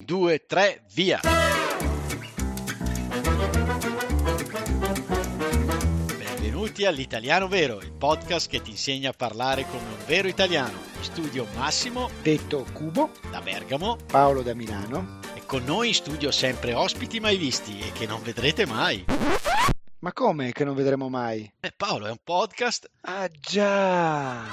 1, 2, 3, via! Benvenuti all'Italiano Vero, il podcast che ti insegna a parlare come un vero italiano. In studio Massimo, detto Cubo, da Bergamo, Paolo da Milano. e con noi in studio sempre ospiti mai visti e che non vedrete mai. Ma come che non vedremo mai? Paolo, è un podcast. Ah già!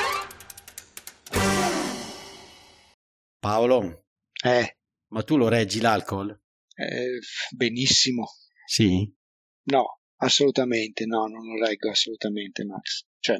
Paolo, ma tu lo reggi l'alcol? Benissimo. Sì? No, assolutamente, no, non lo reggo assolutamente, Max. Cioè,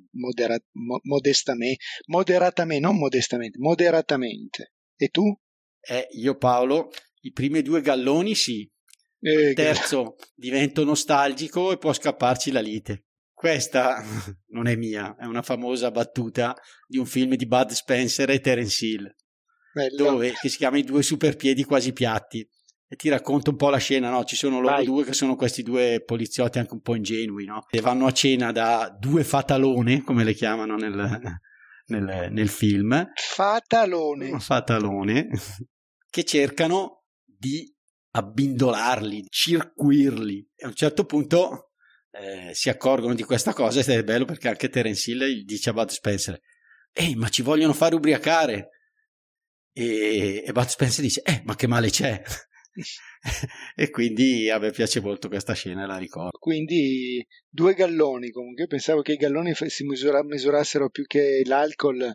moderatamente. E tu? Io Paolo, i primi 2 galloni sì, il terzo divento nostalgico e può scapparci la lite. Questa non è mia, è una famosa battuta di un film di Bud Spencer e Terence Hill, che si chiama I 2 superpiedi quasi piatti, e ti racconto un po' la scena, no? Ci sono loro due che sono questi 2 poliziotti anche un po' ingenui, no? E vanno a cena da 2 fatalone, come le chiamano nel film. Fatalone, che cercano di abbindolarli, circuirli, e a un certo punto si accorgono di questa cosa, ed è bello perché anche Terence Hill dice a Bud Spencer: ma ci vogliono fare ubriacare, e Bud Spencer dice: ma che male c'è? E quindi a me piace molto questa scena, la ricordo. Quindi 2 galloni, comunque io pensavo che i galloni si misurassero più che l'alcol,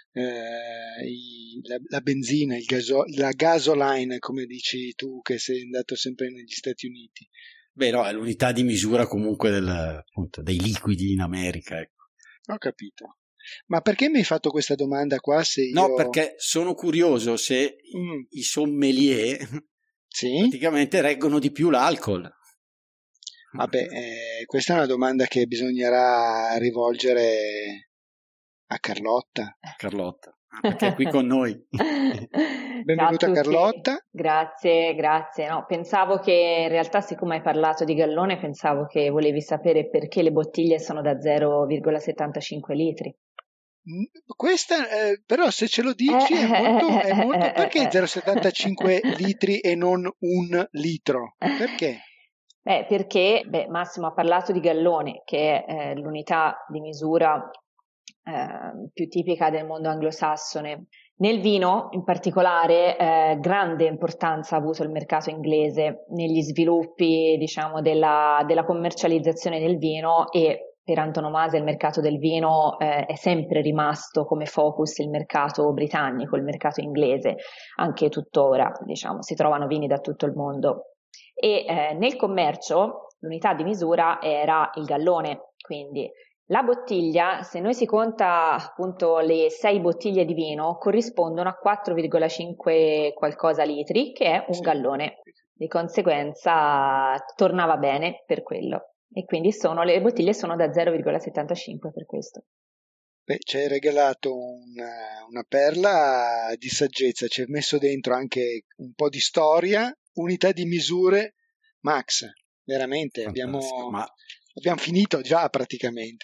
la benzina, la gasoline, come dici tu che sei andato sempre negli Stati Uniti. Beh no, è l'unità di misura comunque appunto, dei liquidi in America, ecco. Ho capito. Ma perché mi hai fatto questa domanda qua? No, perché sono curioso se i sommelier praticamente reggono di più l'alcol. Vabbè, questa è una domanda che bisognerà rivolgere a Carlotta. Perché è qui con noi. Benvenuta Carlotta. Grazie. No, pensavo che in realtà, siccome hai parlato di gallone, pensavo che volevi sapere perché le bottiglie sono da 0,75 litri. Questa però, se ce lo dici, è molto perché 0,75 litri e non 1 litro? Perché? Perché Massimo ha parlato di gallone, che è l'unità di misura più tipica del mondo anglosassone. Nel vino, in particolare, grande importanza ha avuto il mercato inglese negli sviluppi, diciamo, della commercializzazione del vino, e per antonomasia il mercato del vino è sempre rimasto come focus il mercato britannico, il mercato inglese, anche tuttora, diciamo, si trovano vini da tutto il mondo. E nel commercio l'unità di misura era il gallone, quindi la bottiglia, se noi si conta appunto le 6 bottiglie di vino, corrispondono a 4,5 qualcosa litri, che è un gallone. Di conseguenza tornava bene per quello. E quindi le bottiglie sono da 0,75 per questo. Ci hai regalato una perla di saggezza, ci hai messo dentro anche un po' di storia, unità di misure. Max, veramente abbiamo finito già praticamente.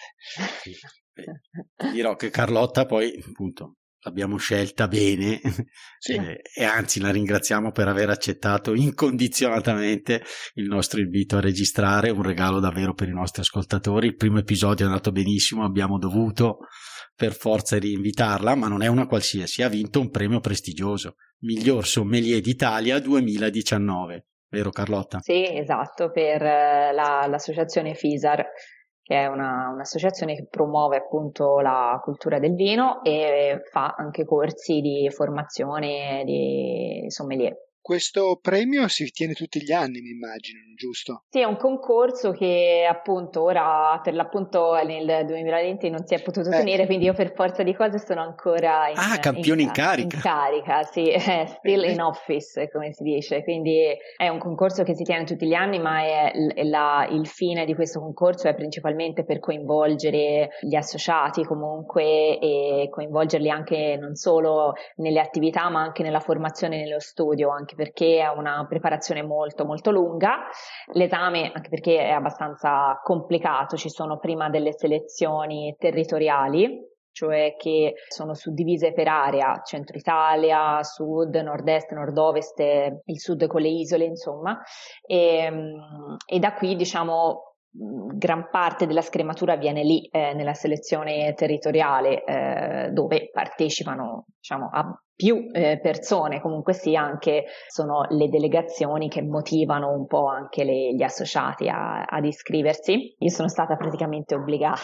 Ti dirò che Carlotta poi appunto l'abbiamo scelta bene, e anzi la ringraziamo per aver accettato incondizionatamente il nostro invito a registrare, un regalo davvero per i nostri ascoltatori. Il primo episodio è andato benissimo, abbiamo dovuto per forza rinvitarla, ma non è una qualsiasi, ha vinto un premio prestigioso, miglior sommelier d'Italia 2019, vero Carlotta? Sì, esatto, per l'associazione FISAR, che è un'associazione che promuove appunto la cultura del vino e fa anche corsi di formazione di sommelier. Questo premio si tiene tutti gli anni, mi immagino, giusto? Sì, è un concorso che appunto ora per l'appunto nel 2020 non si è potuto tenere, quindi io per forza di cose sono ancora campione in carica. In carica, sì, still in office, come si dice. Quindi è un concorso che si tiene tutti gli anni, ma il fine di questo concorso è principalmente per coinvolgere gli associati comunque, e coinvolgerli anche non solo nelle attività ma anche nella formazione e nello studio, anche perché è una preparazione molto molto lunga. L'esame, anche perché è abbastanza complicato, ci sono prima delle selezioni territoriali cioè che sono suddivise per area, centro Italia, sud, nord-est, nord-ovest, il sud con le isole, insomma, e da qui, diciamo, gran parte della scrematura avviene lì, nella selezione territoriale, dove partecipano, diciamo, a più persone, comunque sia, anche sono le delegazioni che motivano un po' anche gli associati ad iscriversi. Io sono stata praticamente obbligata,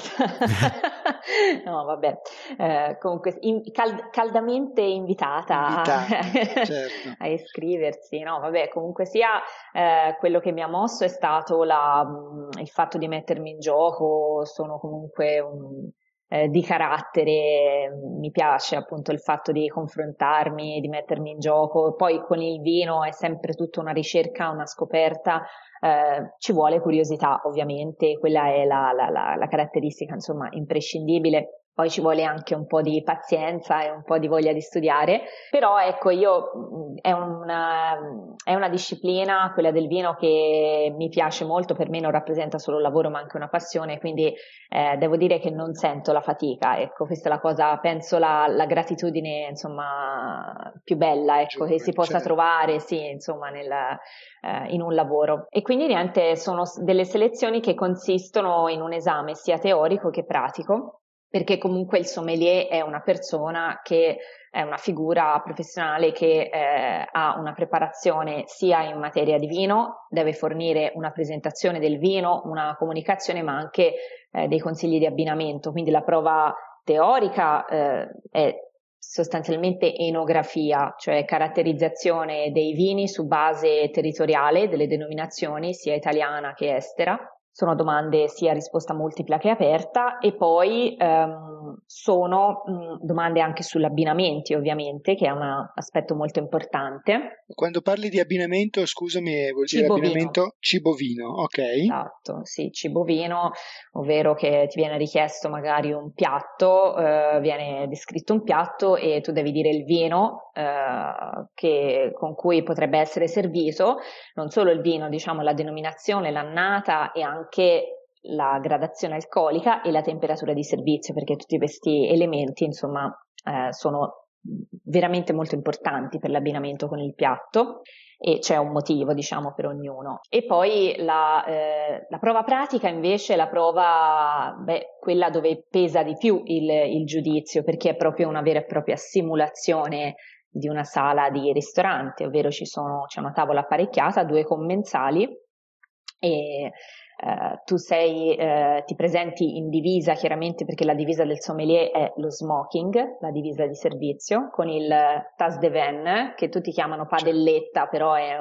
no vabbè, comunque caldamente invitata certo. a iscriversi, no vabbè, comunque sia, quello che mi ha mosso è stato il fatto di mettermi in gioco. Sono comunque di carattere, mi piace appunto il fatto di confrontarmi, di mettermi in gioco. Poi con il vino è sempre tutta una ricerca, una scoperta, ci vuole curiosità, ovviamente, quella è la caratteristica, insomma, imprescindibile. Poi ci vuole anche un po' di pazienza e un po' di voglia di studiare, però ecco, è una disciplina, quella del vino, che mi piace molto. Per me non rappresenta solo un lavoro ma anche una passione, quindi devo dire che non sento la fatica, ecco, questa è la cosa, penso la gratitudine, insomma, più bella, ecco, che si possa trovare, sì, insomma, in un lavoro. E quindi niente, sono delle selezioni che consistono in un esame sia teorico che pratico, perché comunque il sommelier è una persona che è una figura professionale che ha una preparazione sia in materia di vino, deve fornire una presentazione del vino, una comunicazione, ma anche dei consigli di abbinamento. Quindi la prova teorica è sostanzialmente enografia, cioè caratterizzazione dei vini su base territoriale delle denominazioni, sia italiana che estera. Sono domande sia a risposta multipla che aperta, e poi sono domande anche sull'abbinamenti, ovviamente, che è un aspetto molto importante. Quando parli di abbinamento, scusami, vuol dire abbinamento cibo-vino, ok? Esatto, sì, cibo-vino, ovvero che ti viene richiesto magari un piatto, viene descritto un piatto e tu devi dire il vino con cui potrebbe essere servito, non solo il vino, diciamo la denominazione, l'annata e anche la gradazione alcolica e la temperatura di servizio, perché tutti questi elementi, insomma, sono veramente molto importanti per l'abbinamento con il piatto, e c'è un motivo, diciamo, per ognuno. E poi la prova pratica invece è la prova, quella dove pesa di più il giudizio, perché è proprio una vera e propria simulazione di una sala di ristorante, ovvero c'è una tavola apparecchiata, 2 commensali, e tu ti presenti in divisa, chiaramente, perché la divisa del sommelier è lo smoking, la divisa di servizio, con il tas de vin, che tutti chiamano padelletta, però è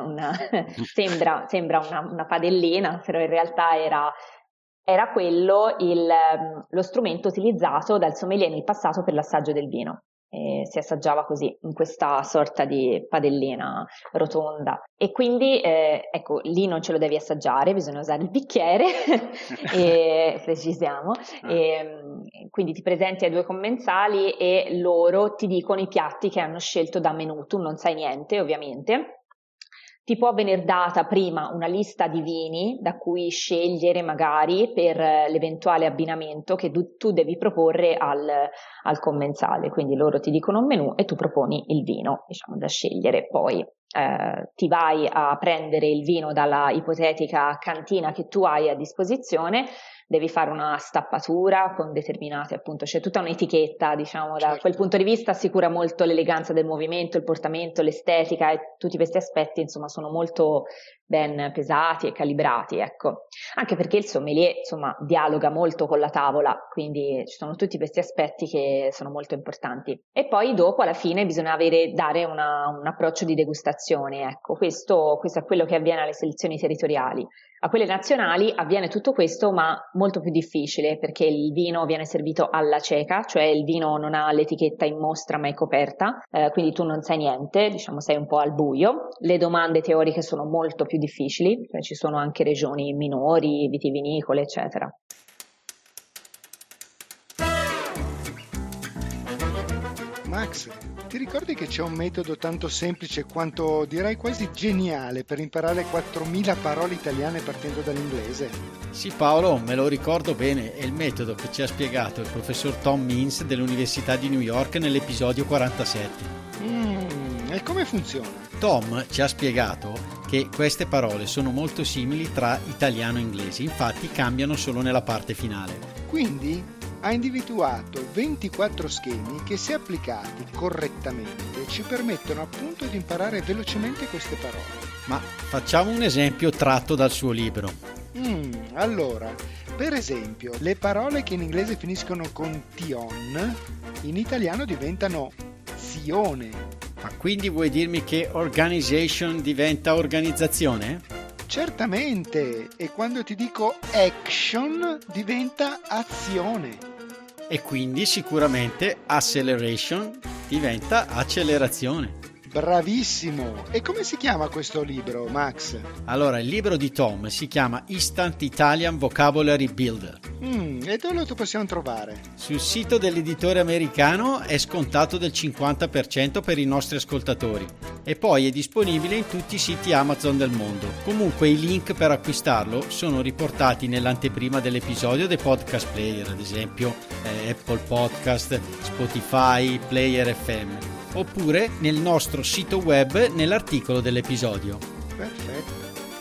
sembra una padellina, però in realtà era quello lo strumento utilizzato dal sommelier nel passato per l'assaggio del vino. E si assaggiava così, in questa sorta di padellina rotonda, e quindi ecco, lì non ce lo devi assaggiare, bisogna usare il bicchiere e precisiamo, quindi ti presenti ai 2 commensali e loro ti dicono i piatti che hanno scelto da menù. Tu non sai niente, ovviamente. Ti può venir data prima una lista di vini da cui scegliere magari per l'eventuale abbinamento che tu devi proporre al commensale, quindi loro ti dicono un menù e tu proponi il vino, diciamo, da scegliere. Poi ti vai a prendere il vino dalla ipotetica cantina che tu hai a disposizione, devi fare una stappatura con determinate, appunto, c'è tutta un'etichetta, diciamo, da quel punto di vista assicura molto l'eleganza del movimento, il portamento, l'estetica, e tutti questi aspetti, insomma, sono molto ben pesati e calibrati, ecco. Anche perché il sommelier, insomma, dialoga molto con la tavola, quindi ci sono tutti questi aspetti che sono molto importanti. E poi dopo, alla fine, bisogna dare un approccio di degustazione, ecco. Questo è quello che avviene alle selezioni territoriali. A quelle nazionali avviene tutto questo, ma molto più difficile, perché il vino viene servito alla cieca, cioè il vino non ha l'etichetta in mostra ma è coperta, quindi tu non sai niente, diciamo, sei un po' al buio. Le domande teoriche sono molto più difficili, cioè ci sono anche regioni minori, vitivinicole, eccetera. Max, ti ricordi che c'è un metodo tanto semplice quanto direi quasi geniale per imparare 4.000 parole italiane partendo dall'inglese? Sì Paolo, me lo ricordo bene, è il metodo che ci ha spiegato il professor Tom Means dell'Università di New York nell'episodio 47. E come funziona? Tom ci ha spiegato che queste parole sono molto simili tra italiano e inglese, infatti cambiano solo nella parte finale. Quindi ha individuato 24 schemi che, se applicati correttamente, ci permettono appunto di imparare velocemente queste parole. Ma facciamo un esempio tratto dal suo libro. Allora, per esempio, le parole che in inglese finiscono con tion, in italiano diventano zione. Ma quindi vuoi dirmi che organization diventa organizzazione? Certamente, e quando ti dico action diventa azione. E quindi sicuramente acceleration diventa accelerazione. Bravissimo! E come si chiama questo libro, Max? Allora, il libro di Tom si chiama Instant Italian Vocabulary Builder. E dove lo possiamo trovare? Sul sito dell'editore americano è scontato del 50% per i nostri ascoltatori e poi è disponibile in tutti i siti Amazon del mondo. Comunque i link per acquistarlo sono riportati nell'anteprima dell'episodio dei podcast player, ad esempio Apple Podcast, Spotify, Player FM, oppure nel nostro sito web nell'articolo dell'episodio. Perfetto.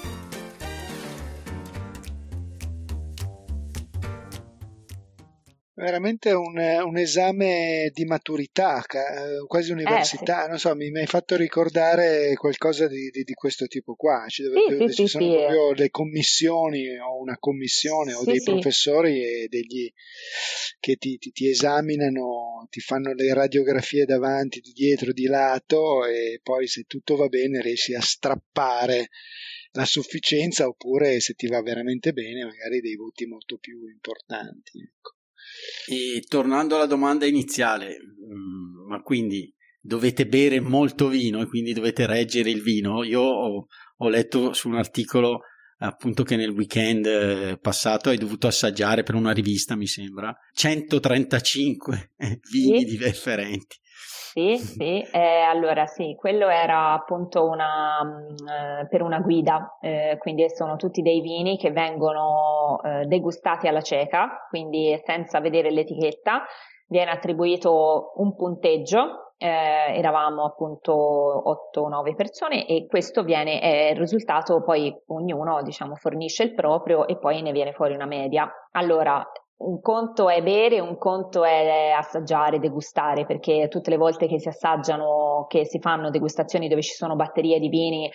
Veramente un esame di maturità, quasi università, sì. Non so, mi hai fatto ricordare qualcosa di questo tipo qua, ci sono proprio le commissioni o una commissione o dei professori e che ti esaminano, ti fanno le radiografie davanti, di dietro, di lato e poi se tutto va bene riesci a strappare la sufficienza oppure se ti va veramente bene magari dei voti molto più importanti, ecco. E tornando alla domanda iniziale, ma quindi dovete bere molto vino e quindi dovete reggere il vino? Io ho letto su un articolo appunto che nel weekend passato hai dovuto assaggiare per una rivista, mi sembra, 135 vini differenti. Sì, allora sì, quello era appunto per una guida, quindi sono tutti dei vini che vengono degustati alla cieca, quindi senza vedere l'etichetta, viene attribuito un punteggio, eravamo appunto 8-9 persone e questo è il risultato, poi ognuno diciamo fornisce il proprio e poi ne viene fuori una media. Allora, un conto è bere, un conto è assaggiare, degustare, perché tutte le volte che si assaggiano, che si fanno degustazioni dove ci sono batterie di vini,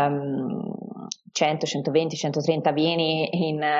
100, 120, 130 vini,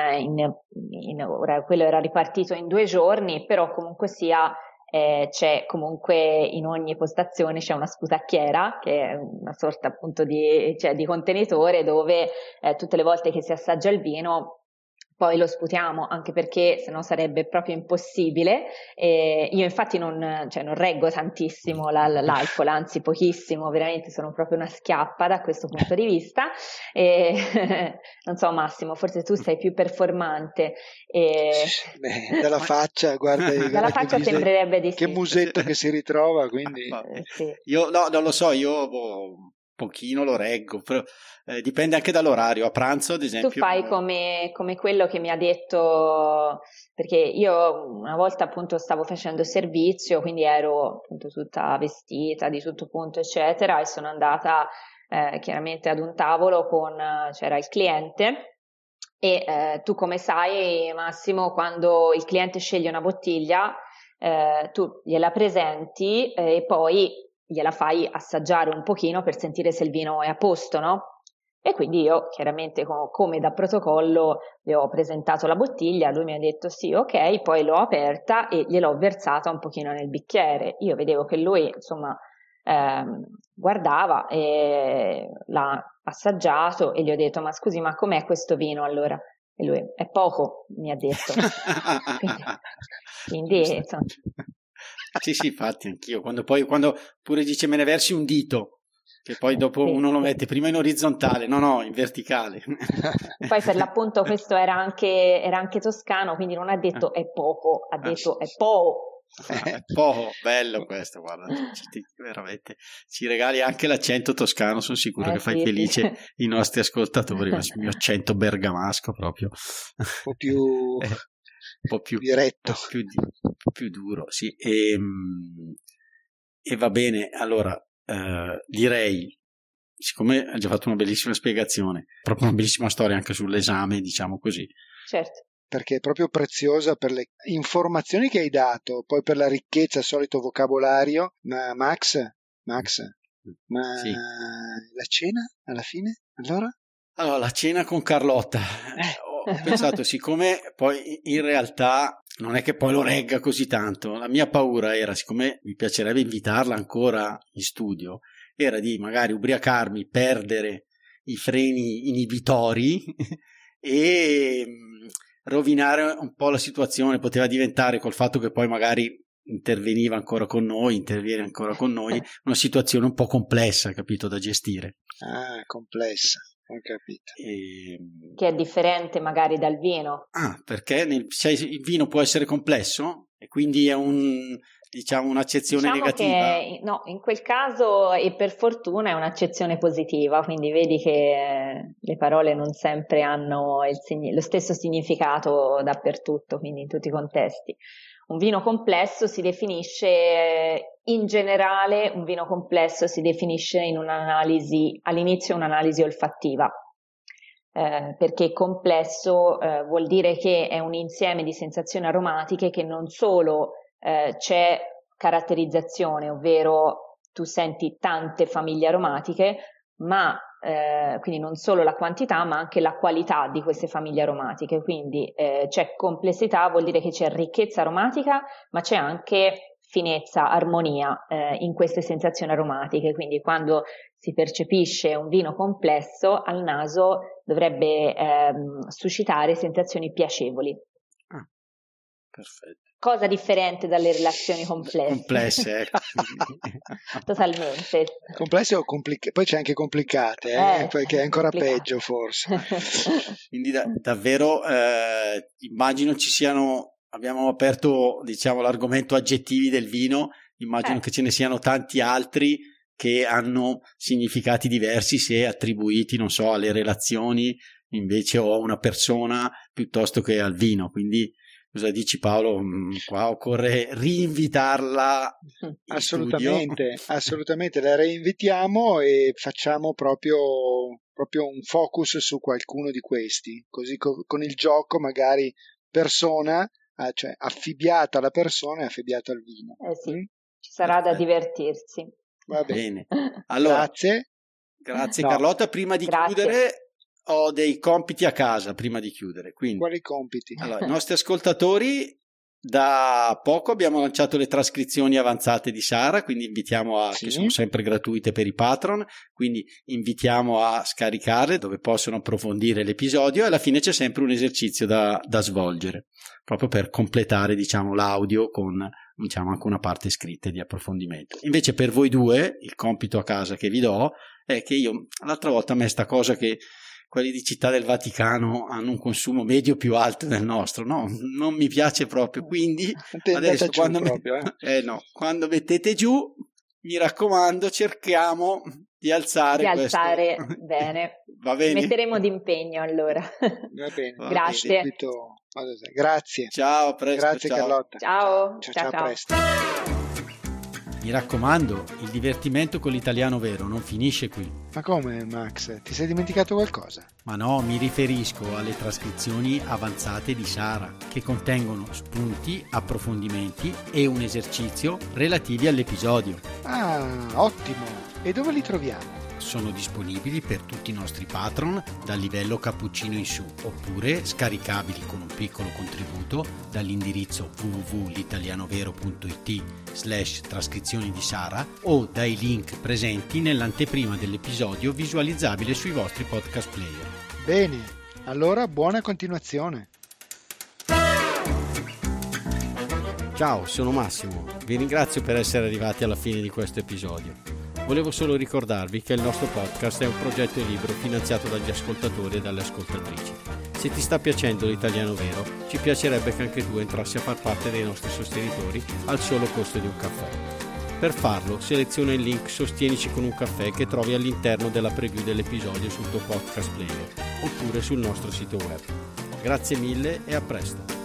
ora quello era ripartito in 2 giorni, però comunque sia c'è comunque in ogni postazione c'è una sputacchiera che è una sorta appunto di contenitore dove tutte le volte che si assaggia il vino poi lo sputiamo, anche perché sennò sarebbe proprio impossibile. Io infatti non reggo tantissimo l'alcol, anzi pochissimo, veramente sono proprio una schiappa da questo punto di vista. Non so Massimo, forse tu sei più performante. Dalla faccia, guarda dalla faccia sembrerebbe di sì. Che musetto che si ritrova, quindi... Sì. Io no, non lo so, io pochino lo reggo, però dipende anche dall'orario. A pranzo ad esempio tu fai come quello che mi ha detto, perché io una volta appunto stavo facendo servizio, quindi ero appunto tutta vestita di tutto punto eccetera e sono andata chiaramente ad un tavolo c'era il cliente e tu come sai Massimo, quando il cliente sceglie una bottiglia tu gliela presenti e poi gliela fai assaggiare un pochino per sentire se il vino è a posto, no? E quindi io chiaramente come da protocollo le ho presentato la bottiglia, lui mi ha detto sì, ok, poi l'ho aperta e gliel'ho versata un pochino nel bicchiere. Io vedevo che lui insomma guardava e l'ha assaggiato e gli ho detto ma scusi, ma com'è questo vino allora? E lui è poco, mi ha detto. quindi insomma... Sì, infatti anch'io quando pure dice me ne versi un dito, che poi dopo uno lo mette prima in orizzontale, no, in verticale. Poi per l'appunto questo era anche toscano, quindi non ha detto è poco, ha detto è po'. Bello questo, guarda, veramente ci regali anche l'accento toscano, sono sicuro che fai felice i nostri ascoltatori, ma il mio accento bergamasco proprio un po' più diretto, più duro, sì. E va bene, allora direi, siccome ha già fatto una bellissima spiegazione, proprio una bellissima storia anche sull'esame, diciamo così. Certo. Perché è proprio preziosa per le informazioni che hai dato, poi per la ricchezza, il solito vocabolario. Ma Max, ma sì. La cena alla fine? Allora la cena con Carlotta. Ho pensato, siccome poi in realtà non è che poi lo regga così tanto, la mia paura era, siccome mi piacerebbe invitarla ancora in studio, era di magari ubriacarmi, perdere i freni inibitori e rovinare un po' la situazione. Poteva diventare, col fatto che poi magari interviene ancora con noi, una situazione un po' complessa, capito, da gestire. Complessa, ho capito. Che è differente magari dal vino. Perché il vino può essere complesso e quindi è un'accezione negativa? Che, no, in quel caso, e per fortuna, è un'accezione positiva, quindi vedi che le parole non sempre hanno lo stesso significato dappertutto, quindi in tutti i contesti. Un vino complesso si definisce, in generale, in un'analisi, all'inizio un'analisi olfattiva, perché complesso vuol dire che è un insieme di sensazioni aromatiche che non solo c'è caratterizzazione, ovvero tu senti tante famiglie aromatiche, ma quindi non solo la quantità ma anche la qualità di queste famiglie aromatiche, quindi c'è complessità, vuol dire che c'è ricchezza aromatica, ma c'è anche finezza, armonia in queste sensazioni aromatiche, quindi quando si percepisce un vino complesso al naso dovrebbe suscitare sensazioni piacevoli. Perfetto. Cosa differente dalle relazioni complesse, ecco. Totalmente. Complesse o complicate, poi c'è anche complicate, perché è ancora peggio forse. Quindi davvero immagino abbiamo aperto, diciamo, l'argomento aggettivi del vino, immagino che ce ne siano tanti altri che hanno significati diversi se attribuiti, non so, alle relazioni invece o a una persona piuttosto che al vino, quindi cosa dici, Paolo? Qua occorre rinvitarla assolutamente, la reinvitiamo e facciamo proprio un focus su qualcuno di questi, così con il gioco magari persona, cioè affibbiata alla persona e affibbiata al vino. Sì, ci sarà da divertirsi. Va bene. Allora, grazie Carlotta, prima di chiudere ho dei compiti a casa prima di chiudere. Quindi, quali compiti? Allora, i nostri ascoltatori, da poco abbiamo lanciato le trascrizioni avanzate di Sara, quindi invitiamo che sono sempre gratuite per i patron, quindi invitiamo a scaricarle dove possono approfondire l'episodio, e alla fine c'è sempre un esercizio da svolgere, proprio per completare, diciamo, l'audio con, diciamo, anche una parte scritta di approfondimento. Invece per voi due il compito a casa che vi do è che l'altra volta a me sta cosa che quelli di Città del Vaticano hanno un consumo medio più alto del nostro, no, non mi piace proprio, quindi adesso quando mettete giù, mi raccomando, cerchiamo di alzare bene. Va bene? Metteremo d'impegno allora. Va bene. Grazie. Grazie. Ciao, presto. Grazie, ciao. Carlotta. Ciao, presto. Mi raccomando, il divertimento con l'italiano vero non finisce qui. Ma come, Max? Ti sei dimenticato qualcosa? Ma no, mi riferisco alle trascrizioni avanzate di Sara, che contengono spunti, approfondimenti e un esercizio relativi all'episodio. Ah, ottimo! E dove li troviamo? Sono disponibili per tutti i nostri patron dal livello cappuccino in su, oppure scaricabili con un piccolo contributo dall'indirizzo www.litalianovero.it/trascrizioni di Sara o dai link presenti nell'anteprima dell'episodio visualizzabile sui vostri podcast player. Bene, allora buona continuazione. Ciao, sono Massimo. Vi ringrazio per essere arrivati alla fine di questo episodio. Volevo solo ricordarvi che il nostro podcast è un progetto libero finanziato dagli ascoltatori e dalle ascoltatrici. Se ti sta piacendo l'Italiano Vero, ci piacerebbe che anche tu entrassi a far parte dei nostri sostenitori al solo costo di un caffè. Per farlo, seleziona il link Sostienici con un caffè che trovi all'interno della preview dell'episodio sul tuo podcast player oppure sul nostro sito web. Grazie mille e a presto!